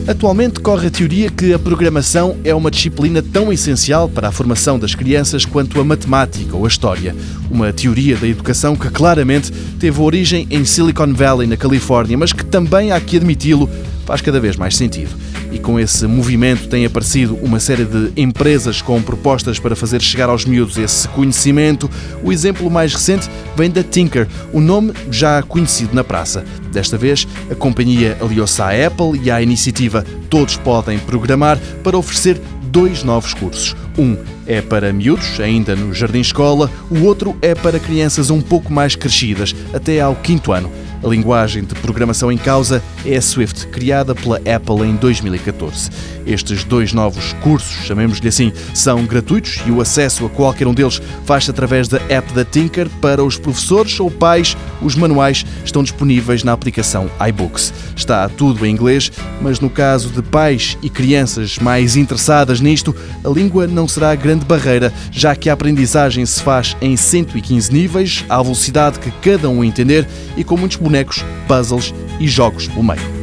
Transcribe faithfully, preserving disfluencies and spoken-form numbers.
Atualmente corre a teoria que a programação é uma disciplina tão essencial para a formação das crianças quanto a matemática ou a história. Uma teoria da educação que claramente teve origem em Silicon Valley, na Califórnia, mas que também, há que admiti-lo, faz cada vez mais sentido. E com esse movimento tem aparecido uma série de empresas com propostas para fazer chegar aos miúdos esse conhecimento. O exemplo mais recente vem da Tinker, o nome já conhecido na praça. Desta vez, a companhia aliou-se à Apple e à iniciativa Todos Podem Programar para oferecer dois novos cursos. Um é para miúdos, ainda no jardim-escola, o outro é para crianças um pouco mais crescidas, até ao quinto ano. A linguagem de programação em causa é a Swift, criada pela Apple em dois mil e catorze. Estes dois novos cursos, chamemos-lhe assim, são gratuitos e o acesso a qualquer um deles faz-se através da app da Tinker. Para os professores ou pais, os manuais estão disponíveis na aplicação iBooks. Está tudo em inglês, mas no caso de pais e crianças mais interessadas nisto, a língua não será a grande barreira, já que a aprendizagem se faz em cento e quinze níveis, à velocidade que cada um entender e com muitos bonecos, puzzles e jogos pelo meio.